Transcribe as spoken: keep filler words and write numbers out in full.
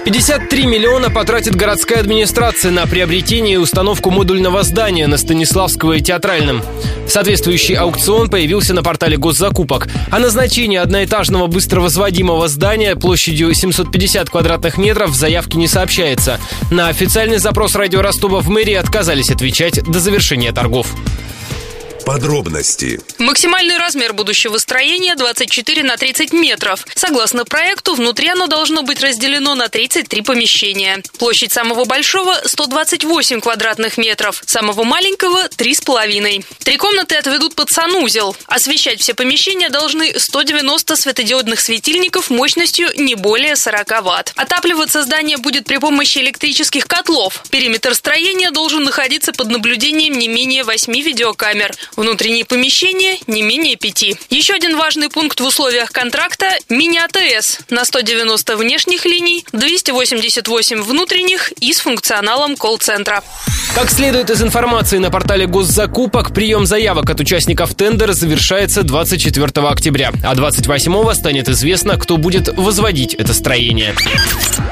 пятьдесят три миллиона потратит городская администрация на приобретение и установку модульного здания на Станиславского и Театральном. Соответствующий аукцион появился на портале госзакупок. О назначении одноэтажного быстровозводимого здания площадью семьсот пятьдесят квадратных метров в заявке не сообщается. На официальный запрос радио Ростова в мэрии отказались отвечать до завершения торгов. Подробности. Максимальный размер будущего строения двадцать четыре на тридцать метров. Согласно проекту, внутри оно должно быть разделено на тридцать три помещения. Площадь самого большого – сто двадцать восемь квадратных метров, самого маленького – три с половиной. Три комнаты отведут под санузел. Освещать все помещения должны сто девяносто светодиодных светильников мощностью не более сорок ватт. Отапливаться здание будет при помощи электрических котлов. Периметр строения должен находиться под наблюдением не менее восьми видеокамер. Внутренние помещения не менее пяти. Еще один важный пункт в условиях контракта – мини-АТС на сто девяносто внешних линий, двести восемьдесят восемь внутренних и с функционалом колл-центра. Как следует из информации на портале госзакупок, прием заявок от участников тендера завершается двадцать четвёртого октября, а двадцать восьмого станет известно, кто будет возводить это строение.